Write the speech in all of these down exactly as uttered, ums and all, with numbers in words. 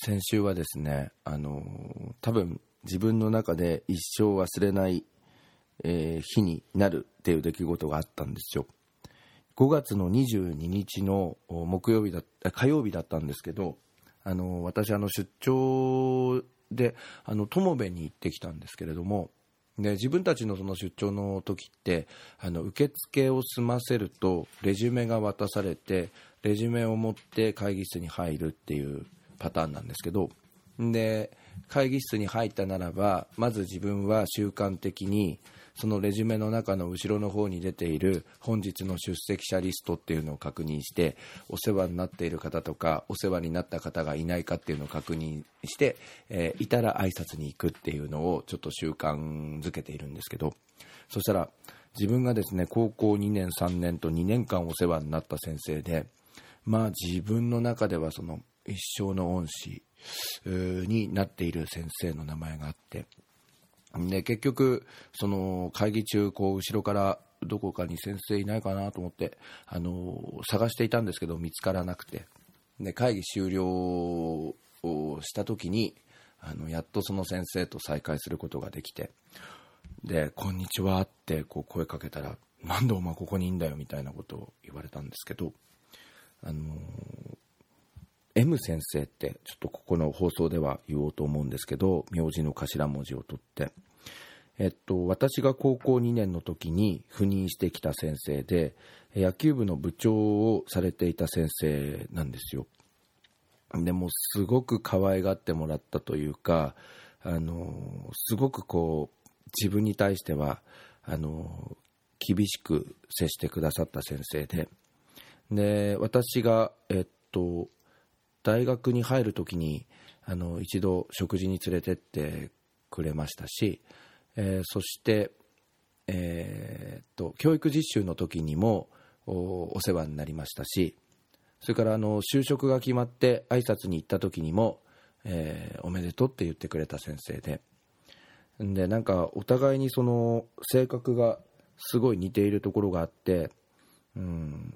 先週はですね、あの多分自分の中で一生忘れない、えー日になるっていう出来事があったんですよ。ごがつのにじゅうににちの木曜日だ火曜日だったんですけど、あの私あの出張であの友部に行ってきたんですけれども、で自分たちのその出張の時ってあの受付を済ませるとレジュメが渡されて、レジュメを持って会議室に入るっていうパターンなんですけど、で会議室に入ったならばまず自分は習慣的にそのレジュメの中の後ろの方に出ている本日の出席者リストっていうのを確認して、お世話になっている方とかお世話になった方がいないかっていうのを確認して、えーいたら挨拶に行くっていうのをちょっと習慣づけているんですけど、そしたら自分がですね高校にねんさんねんとにねんかんお世話になった先生で、まあ自分の中ではその一生の恩師うーになっている先生の名前があって、で結局その会議中こう後ろからどこかに先生いないかなと思ってあの探していたんですけど見つからなくて、で会議終了をした時にあのやっとその先生と再会することができて、でこんにちはってこう声かけたら、なんでお前ここにいんだよみたいなことを言われたんですけど、あの M 先生ってちょっとここの放送では言おうと思うんですけど、名字の頭文字を取って、えっと、私が高校にねんの時に赴任してきた先生で、野球部の部長をされていた先生なんですよ。でもすごく可愛がってもらったというか、あのすごくこう自分に対してはあの厳しく接してくださった先生で、で私がえっと大学に入るときにあの一度食事に連れてってくれましたし、えー、そして、えー、っと教育実習の時にも お, お世話になりましたし、それからあの就職が決まって挨拶に行った時にも、えー、おめでとうって言ってくれた先生で、でなんかお互いにその性格がすごい似ているところがあって、うん、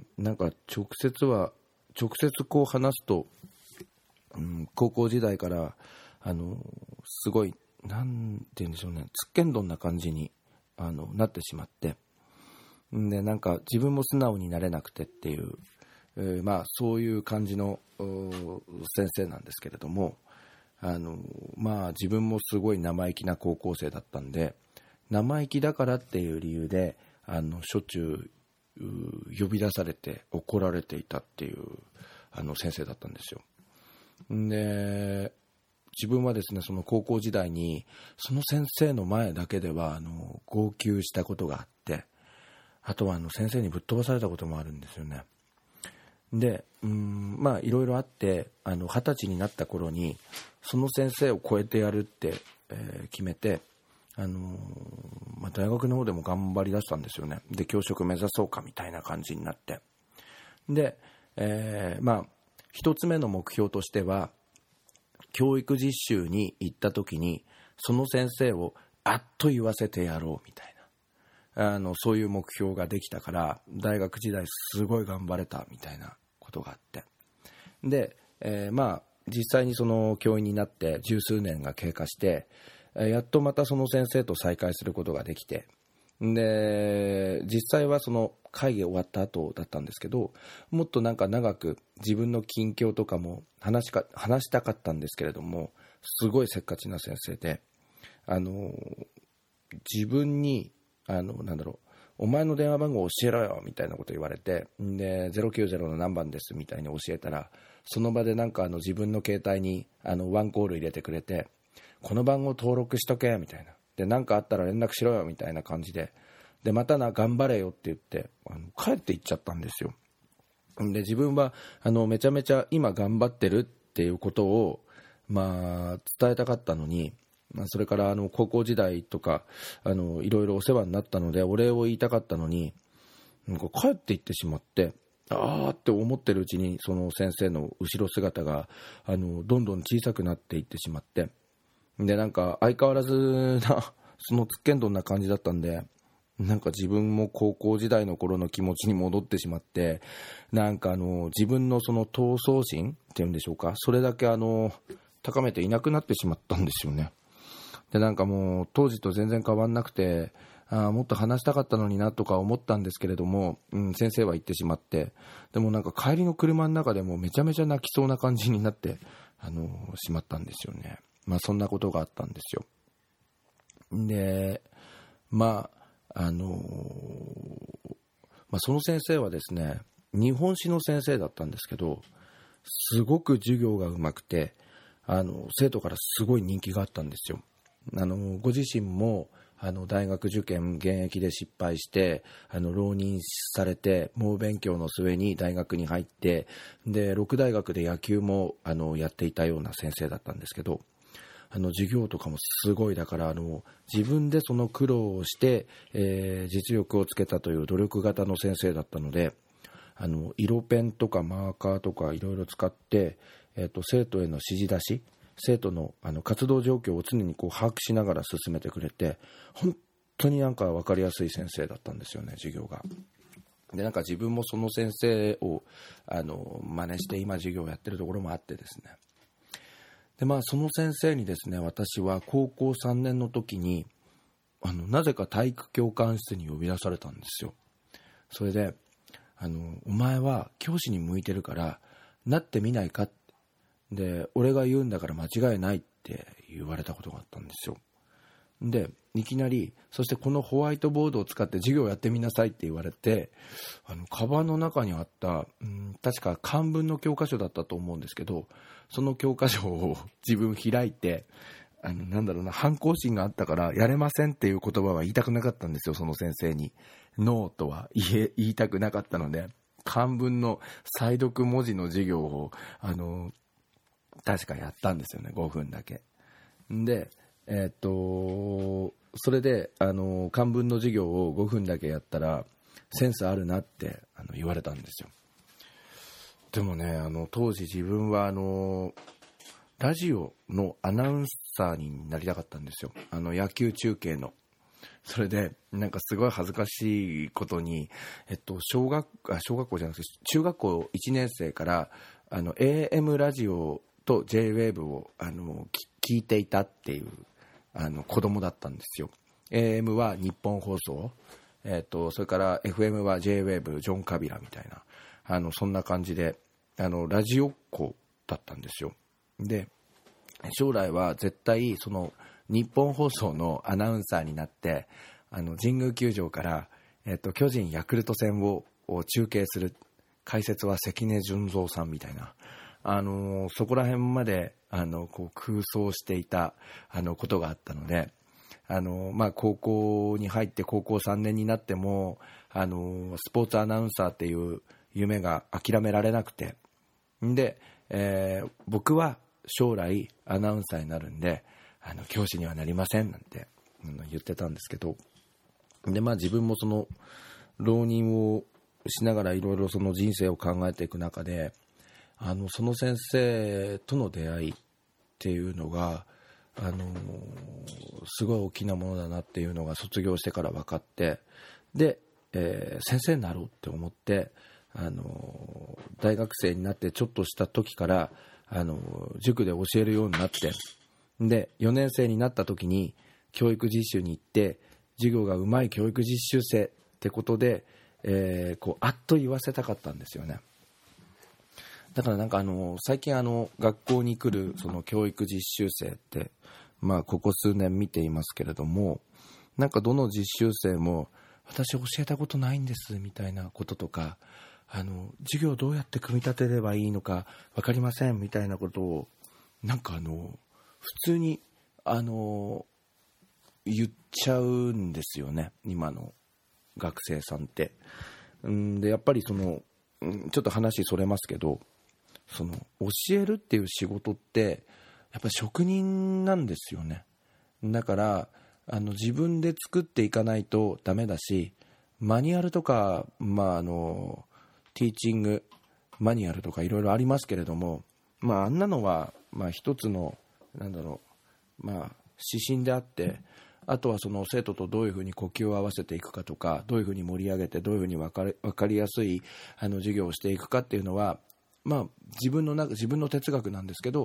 なんか直接は直接こう話すと、うん、高校時代からあのすごいなんて言うんでしょうね、つっけんどんな感じにあのなってしまって、でなんか自分も素直になれなくてっていう、えー、まあそういう感じの先生なんですけれども、あのまあ自分もすごい生意気な高校生だったんで、生意気だからっていう理由であのしょっちゅう呼び出されて怒られていたっていうあの先生だったんですよ。で自分はですねその高校時代にその先生の前だけではあの号泣したことがあって、あとはあの先生にぶっ飛ばされたこともあるんですよね。でうーんまあいろいろあってあの二十歳になった頃にその先生を超えてやるって、えー決めて、あのーまあ、大学の方でも頑張りだしたんですよね。で教職目指そうかみたいな感じになって、で、えー、まあ一つ目の目標としては教育実習に行った時にその先生をあっと言わせてやろうみたいな、あのそういう目標ができたから大学時代すごい頑張れたみたいなことがあって、で、えー、まあ実際にその教員になって十数年が経過して、やっとまたその先生と再会することができて、で実際はその会議終わった後だったんですけど、もっとなんか長く自分の近況とかも話しか話したかったんですけれども、すごいせっかちな先生で、あの自分にあのなんだろうお前の電話番号教えろよみたいなこと言われて、でゼロきゅうゼロの何番ですみたいに教えたら、その場でなんかあの自分の携帯にあのワンコール入れてくれて、この番号登録しとけみたいな、で何かあったら連絡しろよみたいな感じで、でまたな頑張れよって言ってあの帰って行っちゃったんですよ。で自分はあのめちゃめちゃ今頑張ってるっていうことを、まあ、伝えたかったのに、まあ、それからあの高校時代とかあのいろいろお世話になったのでお礼を言いたかったのに、なんか帰って行ってしまって、あーって思ってるうちにその先生の後ろ姿があのどんどん小さくなっていってしまって、でなんか相変わらずなそのつっけんどんな感じだったんで、なんか自分も高校時代の頃の気持ちに戻ってしまって、なんかあの自分のその闘争心っていうんでしょうか、それだけあの高めていなくなってしまったんですよね。でなんかもう当時と全然変わんなくて、あもっと話したかったのになとか思ったんですけれども、うん、先生は言ってしまって、でもなんか帰りの車の中でもめちゃめちゃ泣きそうな感じになってあのしまったんですよね。まあそんなことがあったんですよ。でまああのまあ、その先生はですね、日本史の先生だったんですけど、すごく授業がうまくて、あの生徒からすごい人気があったんですよ。あのご自身もあの大学受験現役で失敗して、あの浪人されて猛勉強の末に大学に入って、で六大学で野球もあのやっていたような先生だったんですけど、あの授業とかもすごい、だからあの自分でその苦労をして、えー、実力をつけたという努力型の先生だったので、あの色ペンとかマーカーとかいろいろ使って、えーと、生徒への指示出し、生徒 の, あの活動状況を常にこう把握しながら進めてくれて、本当になんか分かりやすい先生だったんですよね、授業が。でなんか自分もその先生をあの真似して今授業をやってるところもあってですね。でまあその先生にですね、私は高校さんねんの時にあのなぜか体育教官室に呼び出されたんですよ。それであのお前は教師に向いてるからなってみないか、で俺が言うんだから間違いないって言われたことがあったんですよ。でいきなり、そしてこのホワイトボードを使って授業をやってみなさいって言われて、あのカバンの中にあった、うん、確か漢文の教科書だったと思うんですけど、その教科書を自分開いて、あのなんだろうな、反抗心があったからやれませんっていう言葉は言いたくなかったんですよ。その先生にノーとは言え言いたくなかったので、漢文の再読文字の授業をあの確かやったんですよね、ごふんだけで、えー、っとそれであの漢文の授業をごふんだけやったらセンスあるなってあの言われたんですよ。でもね、あの当時自分はあのラジオのアナウンサーになりたかったんですよ、あの野球中継の。それでなんかすごい恥ずかしいことに、えっと、小学あ小学校じゃなくて中学校いちねん生からあの エーエム ラジオと ジェイウェーブ をあの聞いていたっていうあの子供だったんですよ。 エーエム は日本放送、えっと、それから エフエム は ジェイウェーブ ジョン・カビラみたいな、あのそんな感じであのラジオっ子だったんですよ。で将来は絶対その日本放送のアナウンサーになって、あの神宮球場から、えっと、巨人ヤクルト戦をを中継する、解説は関根純三さんみたいな、あのそこら辺まであのこう空想していたあのことがあったので、あの、まあ、高校に入って高校さんねんになってもあのスポーツアナウンサーっていう夢が諦められなくて、で、えー、僕は将来アナウンサーになるんであの教師にはなりませんなんて、うん、言ってたんですけど、で、まあ、自分もその浪人をしながらいろいろその人生を考えていく中で、あのその先生との出会いっていうのがあのすごい大きなものだなっていうのが卒業してから分かって、で、えー、先生になろうって思って、あの大学生になってちょっとした時からあの塾で教えるようになって、でよねん生になった時に教育実習に行って、授業がうまい教育実習生ってことで、えー、こうあっと言わせたかったんですよね。だからなんかあの最近あの学校に来るその教育実習生って、まあここ数年見ていますけれども、なんかどの実習生も私教えたことないんですみたいなこととか、あの授業どうやって組み立てればいいのか分かりませんみたいなことをなんかあの普通にあの言っちゃうんですよね、今の学生さんって。んでやっぱりそのちょっと話それますけど、その教えるっていう仕事ってやっぱり職人なんですよね。だからあの自分で作っていかないとダメだし、マニュアルとか、まあ、あのティーチングマニュアルとかいろいろありますけれども、まあ、あんなのは、まあ、一つのなんだろう、まあ、指針であって、あとはその生徒とどういうふうに呼吸を合わせていくかとか、どういうふうに盛り上げてどういうふうに分かり、分かりやすいあの授業をしていくかっていうのは、まあ、自分の中自分の哲学なんですけど、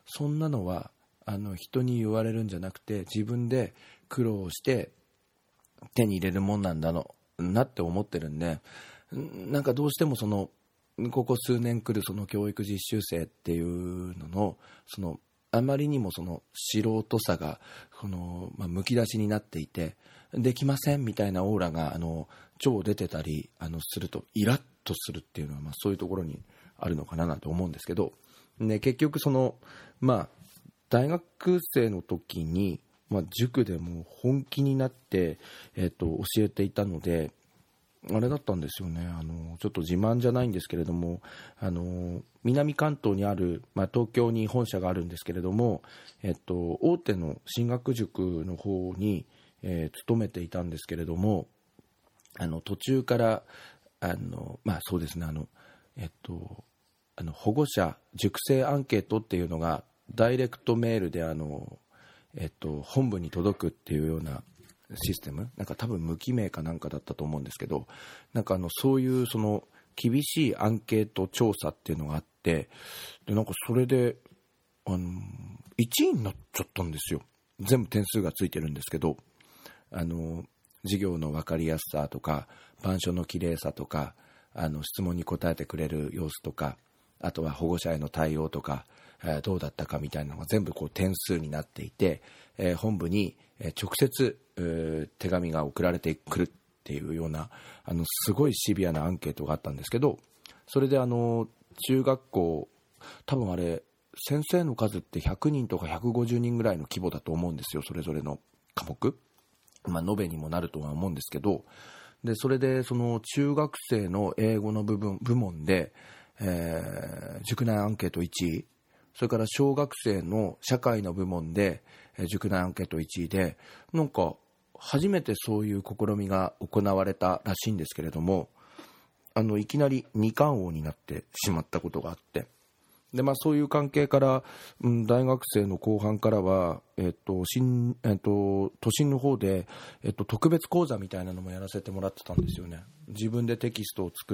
そんなのはあの人に言われるんじゃなくて、自分で苦労して手に入れるもんなんだろうなって思ってるんで、なんかどうしてもそのここ数年来るその教育実習生っていうののそのあまりにもその素人さがこの、まあ、むき出しになっていて、できませんみたいなオーラがあの超出てたりあのするとイラッとするっていうのは、まあそういうところにあるのかななんて思うんですけど、ね、結局そのまあ大学生の時に、まあ、塾でも本気になって、えー、と教えていたので、あれだったんですよね。あのちょっと自慢じゃないんですけれども、あの南関東にある、まあ、東京に本社があるんですけれども、えっと、大手の進学塾の方に、えー、勤めていたんですけれども、あの途中からあの、まあ、そうですね、あの、えっと、あの保護者塾生アンケートっていうのがダイレクトメールであの、えっと、本部に届くっていうようなシステム、なんか多分無記名かなんかだったと思うんですけど、なんかあのそういうその厳しいアンケート調査っていうのがあって、でなんかそれであのいちいになっちゃったんですよ。全部点数がついてるんですけど、あの授業の分かりやすさとか板書の綺麗さとか、あの質問に答えてくれる様子とか、あとは保護者への対応とか、えー、どうだったかみたいなのが全部こう点数になっていて、えー、本部に直接、えー、手紙が送られてくるっていうような、あのすごいシビアなアンケートがあったんですけど、それであの中学校、多分あれ先生の数ってひゃくにんとかひゃくごじゅうにんぐらいの規模だと思うんですよ、それぞれの科目、まあ、延べにもなるとは思うんですけど、でそれでその中学生の英語の部分部門で、えー、塾内アンケートいちい、それから小学生の社会の部門で、えー、塾内アンケートいちいで、なんか初めてそういう試みが行われたらしいんですけれども、あのいきなり二冠王になってしまったことがあって、で、まあ、そういう関係から、うん、大学生の後半からは、えっと新えっと、都心の方で、えっと、特別講座みたいなのもやらせてもらってたんですよね。自分でテキストを作って、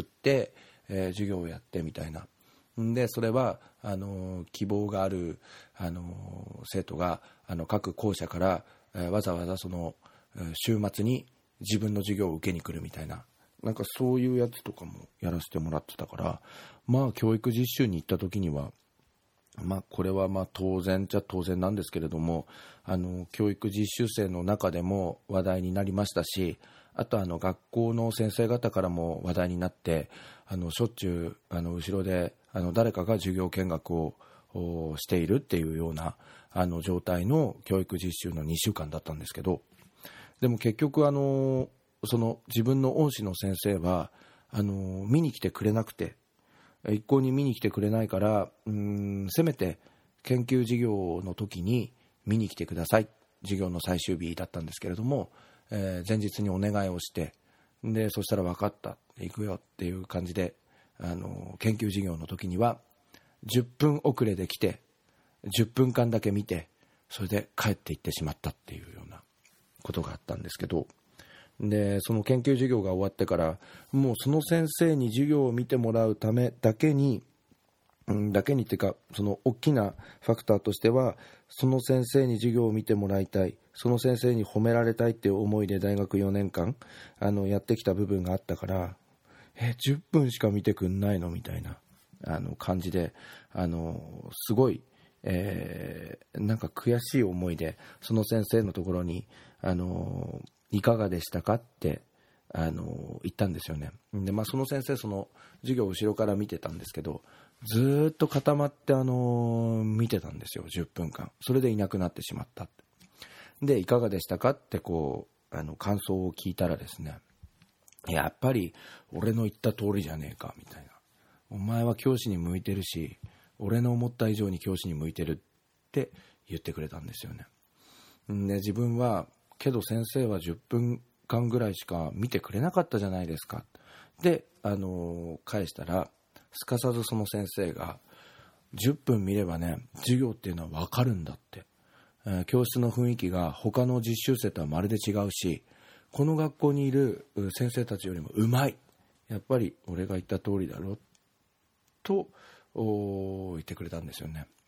えー、授業をやってみたいな。でそれはあの希望があるあの生徒があの各校舎から、えー、わざわざその週末に自分の授業を受けに来るみたいな、なんかそういうやつとかもやらせてもらってたから、まあ教育実習に行った時には、まあこれはまあ当然じゃ当然なんですけれども、あの教育実習生の中でも話題になりましたし、あとあの学校の先生方からも話題になって、あのしょっちゅうあの後ろであの誰かが授業見学をしているっていうようなあの状態の教育実習のにしゅうかんだったんですけど、でも結局あのその自分の恩師の先生はあの見に来てくれなくて、一向に見に来てくれないから、うーんせめて研究授業の時に見に来てください、授業の最終日だったんですけれども、えー、前日にお願いをして、でそしたら分かった行くよっていう感じで、あの研究授業の時にはじゅっぷん遅れで来てじゅっぷんかんだけ見て、それで帰っていってしまったっていうようなことがあったんですけど、でその研究授業が終わってからもうその先生に授業を見てもらうためだけに、うん、だけにっていうか、その大きなファクターとしては、その先生に授業を見てもらいたい、その先生に褒められたいっていう思いで大学よねんかんあのやってきた部分があったから、えじゅっぷんしか見てくんないのみたいなあの感じで、あのすごい、えー、なんか悔しい思いでその先生のところにあのいかがでしたかってあの言ったんですよね。で、まあ、その先生その授業を後ろから見てたんですけど、ずっと固まってあの見てたんですよ、じゅっぷんかん。それでいなくなってしまったって。でいかがでしたかってこうあの感想を聞いたらですね、やっぱり俺の言った通りじゃねえかみたいな、お前は教師に向いてるし俺の思った以上に教師に向いてるって言ってくれたんですよね。で自分はけど先生はじゅっぷんかんぐらいしか見てくれなかったじゃないですかで、あの返したら、すかさずその先生がじゅっぷん見ればね授業っていうのは分かるんだって、えー、教室の雰囲気が他の実習生とはまるで違うし、この学校にいる先生たちよりもうまい、やっぱり俺が言った通りだろと言ってくれたんですよね。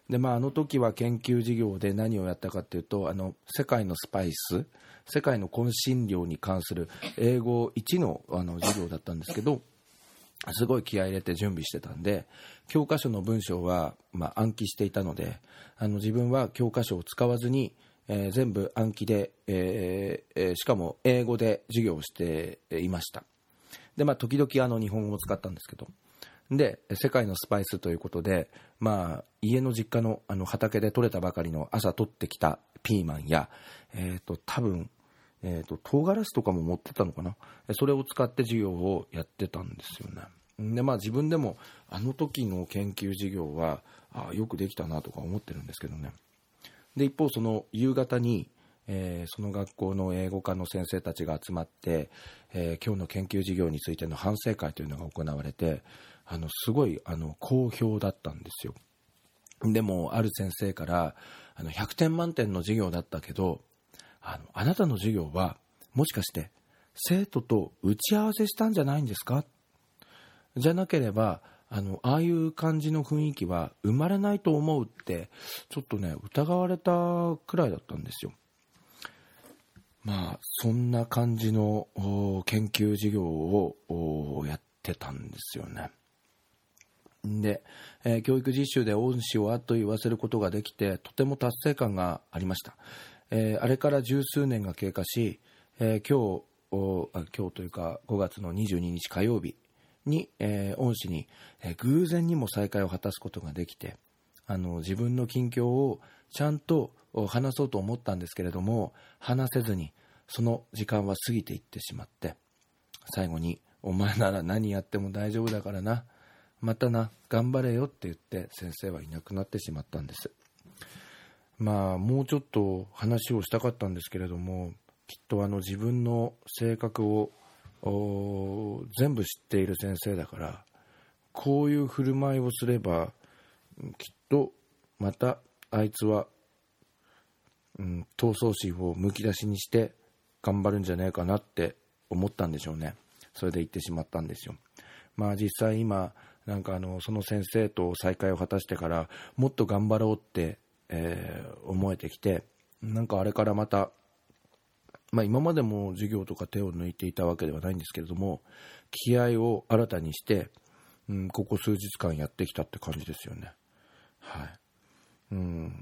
で、まあ、あの時は研究事業で何をやったかっていうと、あの世界のスパイス、世界の香辛料に関する英語いちの、あの授業だったんですけど、すごい気合い入れて準備してたんで、教科書の文章は、まあ、暗記していたので、あの自分は教科書を使わずに、えー、全部暗記で、えーえー、しかも英語で授業をしていました。で、まあ、時々あの日本語を使ったんですけど、で世界のスパイスということで、まあ、家の実家 の, あの畑で採れたばかりの朝採ってきたピーマンや、えー、と多分、えー、と唐辛子とかも持ってたのかな、それを使って授業をやってたんですよね。で、まあ、自分でもあの時の研究授業はあよくできたなとか思ってるんですけどね。で、一方その夕方に、えー、その学校の英語科の先生たちが集まって、えー、今日の研究授業についての反省会というのが行われて、あのすごいあの好評だったんですよ。でもある先生からあのひゃくてん満点の授業だったけど、あのあなたの授業はもしかして生徒と打ち合わせしたんじゃないんですか、じゃなければあのああいう感じの雰囲気は生まれないと思うってちょっとね疑われたくらいだったんですよ。まあそんな感じの研究授業をやってたんですよね。で、えー、教育実習で恩師をあっと言わせることができてとても達成感がありました。えー、あれから十数年が経過し、えー、今日あ今日というかごがつのにじゅうににち火曜日に、えー、恩師に、えー、偶然にも再会を果たすことができて、あの自分の近況をちゃんと話そうと思ったんですけれども、話せずにその時間は過ぎていってしまって、最後にお前なら何やっても大丈夫だからな、またな、頑張れよって言って先生はいなくなってしまったんです。まあもうちょっと話をしたかったんですけれども、きっとあの自分の性格を全部知っている先生だから、こういう振る舞いをすればきっとまたあいつは、うん、闘争心をむき出しにして頑張るんじゃないかなって思ったんでしょうね。それで言ってしまったんですよ。まあ実際今なんかあのその先生と再会を果たしてからもっと頑張ろうって、えー、思えてきて、なんかあれからまた、まあ、今までも授業とか手を抜いていたわけではないんですけれども、気合を新たにして、うん、ここ数日間やってきたって感じですよね。はい、うん、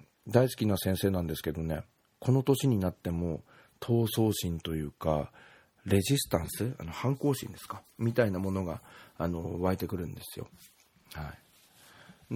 大好きな先生なんですけどね、この年になっても闘争心というかレジスタンス、あの反抗心ですかみたいなものがあの湧いてくるんですよ。はい、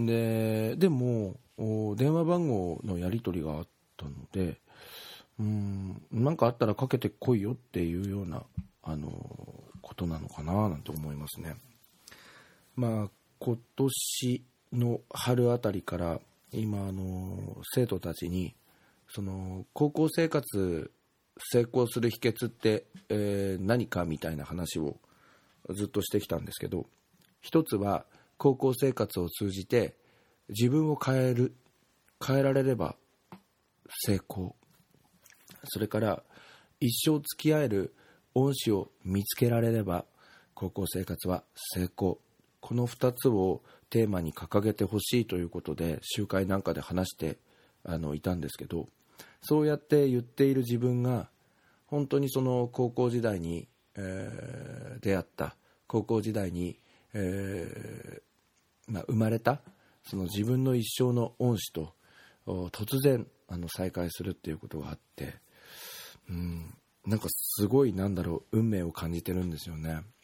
で, でも電話番号のやり取りがあったので、うーんなんかあったらかけてこいよっていうようなあのことなのかななんて思いますね。まあ今年の春あたりから今あの生徒たちにその高校生活成功する秘訣って、えー、何かみたいな話をずっとしてきたんですけど、一つは高校生活を通じて自分を変える変えられれば成功、それから一生付き合える恩師を見つけられれば高校生活は成功、このふたつをテーマに掲げてほしいということで集会なんかで話してあのいたんですけど、そうやって言っている自分が本当にその高校時代に、えー、出会った高校時代に、えーまあ、生まれたその自分の一生の恩師と突然あの再会するっていうことがあって、うん、なんかすごいなんだろう運命を感じてるんですよね。